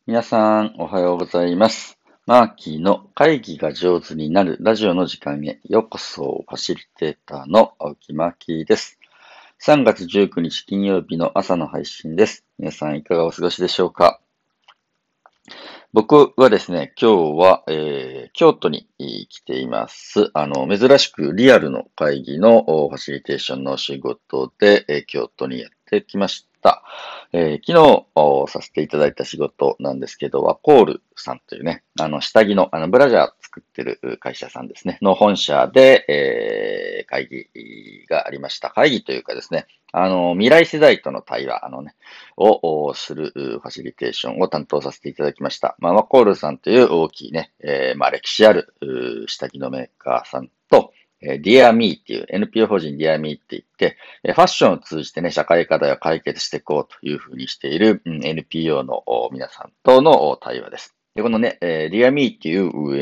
皆さん、おはようございます。マーキーの会議が上手になるラジオの時間へようこそ。ファシリテーターの青木マーキーです。3月19日金曜日の朝の配信です。皆さん、いかがお過ごしでしょうか？僕はですね、今日は、京都に来ています。珍しくリアルの会議のファシリテーションの仕事で、京都にやってきました。昨日させていただいた仕事なんですけど、ワコールさんというね、下着の、ブラジャー作ってる会社さんですね、の本社で、会議がありました。会議というかですね、未来世代との対話、をするファシリテーションを担当させていただきました。ワコールさんという大きいね、歴史ある下着のメーカーさんと、Dear Me っていう NPO 法人 Dear Me って言って、ファッションを通じてね、社会課題を解決していこうというふうにしている、NPO の皆さんとの対話です。で、このね、Dear Me っていう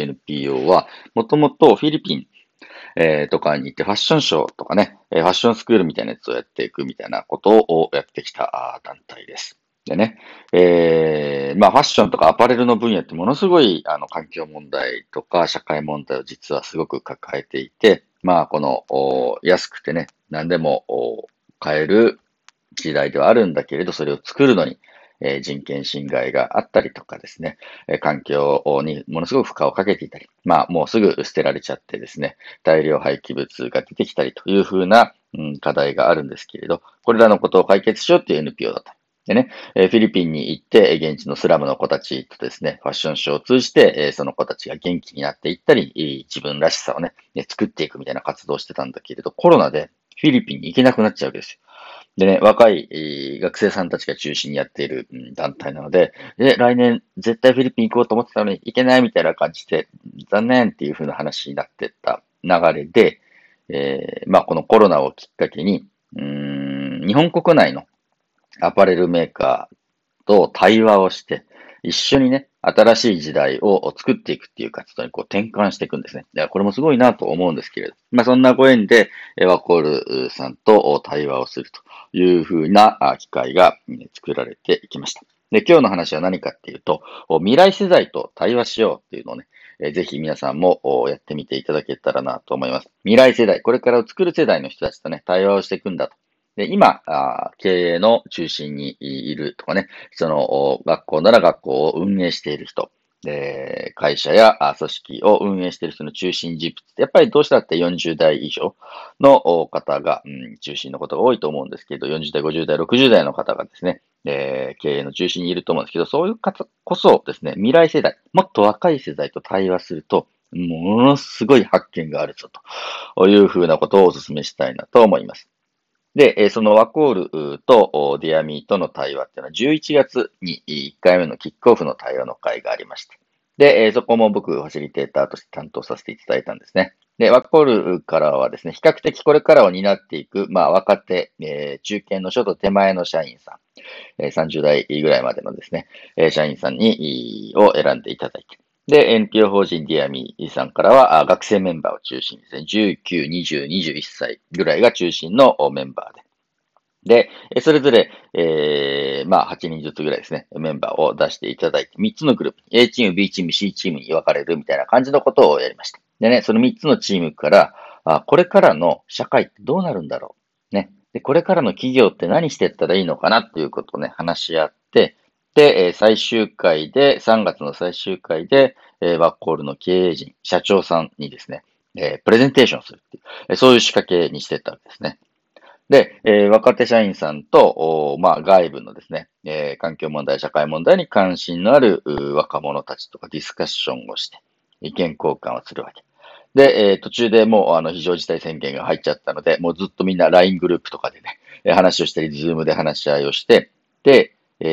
NPO は、もともとフィリピンとかに行ってファッションショーとかね、ファッションスクールみたいなやつをやっていくみたいなことをやってきた団体です。でね、ファッションとかアパレルの分野ってものすごい、環境問題とか社会問題を実はすごく抱えていて、安くてね、何でも買える時代ではあるんだけれど、それを作るのに、人権侵害があったりとかですね、環境にものすごく負荷をかけていたり、もうすぐ捨てられちゃってですね、大量廃棄物が出てきたりというふうな、課題があるんですけれど、これらのことを解決しようっていう NPO だった。でね、フィリピンに行って、現地のスラムの子たちとですね、ファッションショーを通じて、その子たちが元気になっていったり、自分らしさをね、作っていくみたいな活動をしてたんだけれど、コロナでフィリピンに行けなくなっちゃうわけですよ。でね、若い学生さんたちが中心にやっている団体なので、来年絶対フィリピン行こうと思ってたのに行けないみたいな感じで、残念っていう風な話になってった流れで、このコロナをきっかけに、日本国内のアパレルメーカーと対話をして、一緒にね、新しい時代を作っていくっていう活動にこう転換していくんですね。これもすごいなと思うんですけれど、そんなご縁で、ワコールさんと対話をするというふうな機会が作られていきました。で、今日の話は何かっていうと、未来世代と対話しようっていうのをね、ぜひ皆さんもやってみていただけたらなと思います。未来世代、これからを作る世代の人たちとね、対話をしていくんだと。で、今、経営の中心にいるとかね、その学校なら学校を運営している人、で、会社や組織を運営している人の中心人物って、やっぱりどうしたって40代以上の方が、中心のことが多いと思うんですけど、40代、50代、60代の方がですね、経営の中心にいると思うんですけど、そういう方こそですね、未来世代、もっと若い世代と対話すると、ものすごい発見があるぞというふうなことをお勧めしたいなと思います。で、そのワコールとディアミーとの対話っていうのは11月に1回目のキックオフの対話の会がありまして。で、そこも僕、ファシリテーターとして担当させていただいたんですね。で、ワコールからはですね、比較的これからを担っていく、若手、中堅のちょっと手前の社員さん、30代ぐらいまでのですね、社員さんを選んでいただいて。で、NPO 法人ディアミーさんからは、学生メンバーを中心にですね、19、20、21歳ぐらいが中心のメンバーで。で、それぞれ、8人ずつぐらいですね、メンバーを出していただいて、3つのグループ、A チーム、B チーム、C チームに分かれるみたいな感じのことをやりました。でね、その3つのチームから、これからの社会ってどうなるんだろう。ね。で、これからの企業って何していったらいいのかなっていうことをね、話し合って、で、3月の最終回で、ワッコールの経営陣、社長さんにですね、プレゼンテーションするっていう、そういう仕掛けにしていったわけですね。で、若手社員さんと、外部のですね、環境問題、社会問題に関心のある若者たちとかディスカッションをして、意見交換をするわけ。で、途中でもう非常事態宣言が入っちゃったので、もうずっとみんな LINE グループとかでね、話をしたり、ズームで話し合いをして、で、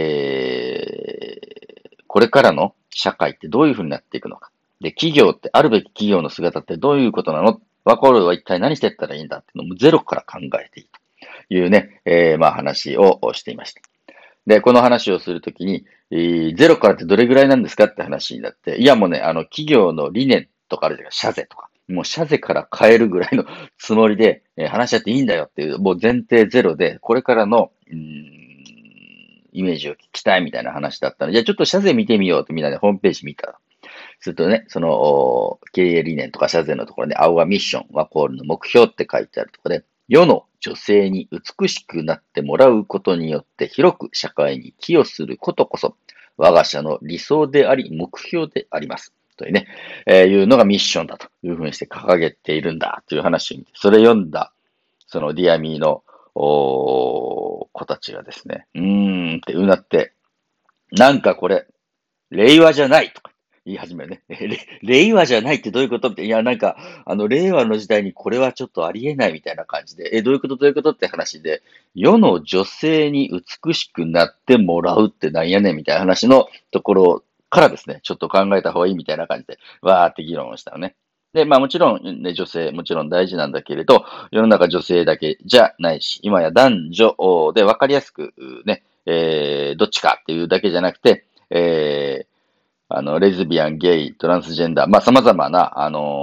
これからの社会ってどういうふうになっていくのか。で、企業って、あるべき企業の姿ってどういうことなの？ワコールは一体何していったらいいんだっていうのもゼロから考えていいというね、話をしていました。で、この話をするときに、ゼロからってどれぐらいなんですかって話になって、いやもうね、企業の理念とかあるじゃないですか、社税とか。もう社税から変えるぐらいのつもりで、話し合っていいんだよっていう、もう前提ゼロで、これからの、 イメージを聞きたいみたいな話だったので、じゃあちょっと社税見てみようってみんなでホームページ見たら、するとね、その、経営理念とか社税のところで、Our Mission、ワコールの目標って書いてあるところで、世の女性に美しくなってもらうことによって広く社会に寄与することこそ、我が社の理想であり、目標であります。というね、いうのがミッションだというふうにして掲げているんだという話を見て、それ読んだ、そのディアミーの子たちがですね、ってうなって、なんかこれ、令和じゃないとか言い始めるね。令和じゃないってどういうことって、いや、なんか、令和の時代にこれはちょっとありえないみたいな感じで、どういうことどういうことって話で、世の女性に美しくなってもらうってなんやねんみたいな話のところからですね、ちょっと考えた方がいいみたいな感じで、わーって議論をしたのね。で、まあもちろんね、女性、もちろん大事なんだけれど、世の中女性だけじゃないし、今や男女で分かりやすくね、どっちかっていうだけじゃなくて、レズビアン、ゲイ、トランスジェンダー、まあ、様々な、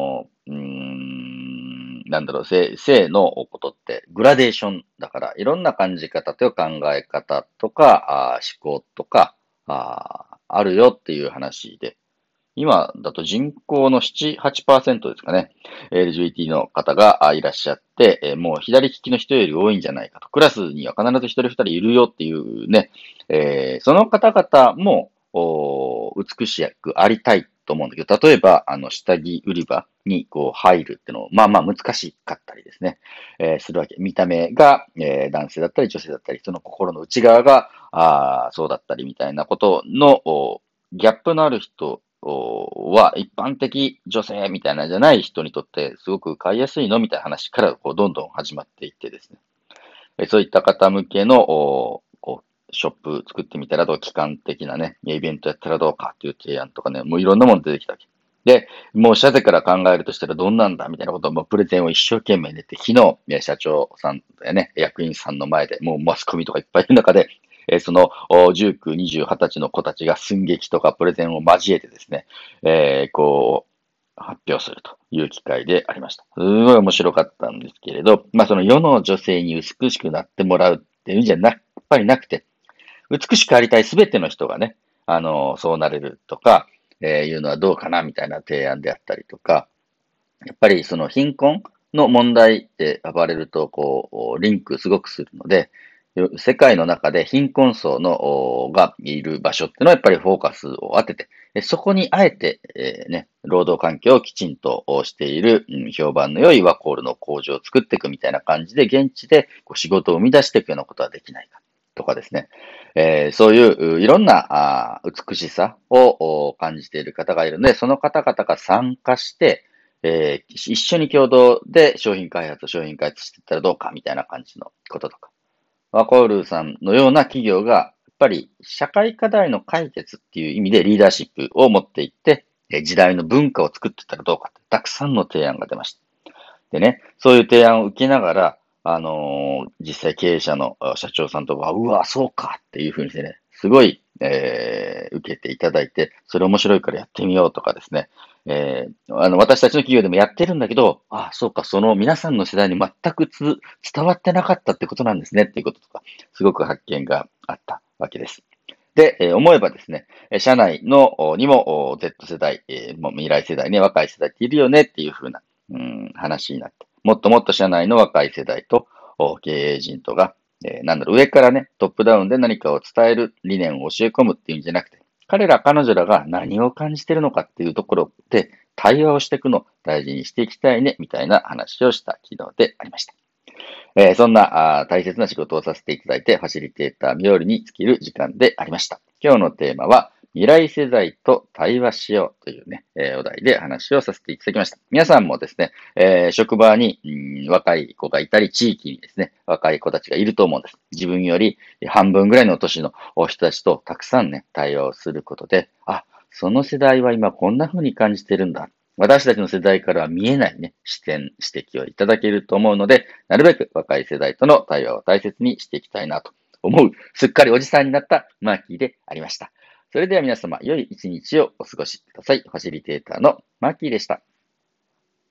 なんだろう、性のことってグラデーションだから、いろんな感じ方と考え方とか、思考とか、あるよっていう話で、今だと人口の7、8%ですかね。LGBT の方がいらっしゃって、もう左利きの人より多いんじゃないかと。クラスには必ず一人二人いるよっていうね、その方々も美しくありたいと思うんだけど、例えば、下着売り場にこう入るってのまあまあ難しかったりですね、するわけ。見た目が、男性だったり女性だったり、その心の内側がそうだったりみたいなことのギャップのある人は一般的女性みたいなじゃない人にとってすごく買いやすいのみたいな話からこうどんどん始まっていってですね。そういった方向けのこうショップ作ってみたらどう、機関的なね、イベントやったらどうかっていう提案とかね、もういろんなもの出てきたわけ。で、もう社税から考えるとしたらどんなんだみたいなことをもうプレゼンを一生懸命練って、昨日、社長さんやね、役員さんの前で、もうマスコミとかいっぱいいる中で、その19、20、20歳の子たちが寸劇とかプレゼンを交えてですね、こう、発表するという機会でありました。すごい面白かったんですけれど、まあその世の女性に美しくなってもらうっていうんじゃやっぱりなくて、美しくありたいすべての人がね、そうなれるとか、いうのはどうかなみたいな提案であったりとか、やっぱりその貧困の問題って暴れると、こう、リンクすごくするので、世界の中で貧困層のがいる場所っていうのはやっぱりフォーカスを当てて、そこにあえて、ね、労働環境をきちんとしている、評判の良いワコールの工場を作っていくみたいな感じで、現地でこう仕事を生み出していくようなことはできないかとかですね。そういういろんな美しさを感じている方がいるので、その方々が参加して、一緒に共同で商品開発していったらどうかみたいな感じのこととか。ワコールさんのような企業が、やっぱり社会課題の解決っていう意味でリーダーシップを持っていって、時代の文化を作っていったらどうかって、たくさんの提案が出ました。でね、そういう提案を受けながら、実際経営者の社長さんとか、うわ、そうかっていうふうにしてね、すごい、受けていただいて、それ面白いからやってみようとかですね、私たちの企業でもやってるんだけど、そうか、その皆さんの世代に全く伝わってなかったってことなんですねっていうこととか、すごく発見があったわけです。で、思えばですね、社内のにもZ 世代、もう未来世代ね、若い世代っているよねっていうふうな、話になって、もっともっと社内の若い世代と経営陣とが、上からね、トップダウンで何かを伝える理念を教え込むっていうんじゃなくて、彼ら、彼女らが何を感じてるのかっていうところで、対話をしていくのを大事にしていきたいね、みたいな話をした昨日でありました。そんな大切な仕事をさせていただいて、ファシリテーター冥利に尽きる時間でありました。今日のテーマは、未来世代と対話しようというね、お題で話をさせていただきました。皆さんもですね、職場に、若い子がいたり、地域にですね、若い子たちがいると思うんです。自分より半分ぐらいの年の人たちとたくさんね、対話をすることで、その世代は今こんな風に感じてるんだ。私たちの世代からは見えないね、視点、指摘をいただけると思うので、なるべく若い世代との対話を大切にしていきたいなと思う、すっかりおじさんになったマーキーでありました。それでは皆様、良い一日をお過ごしください。ファシリテーターのマーキーでした。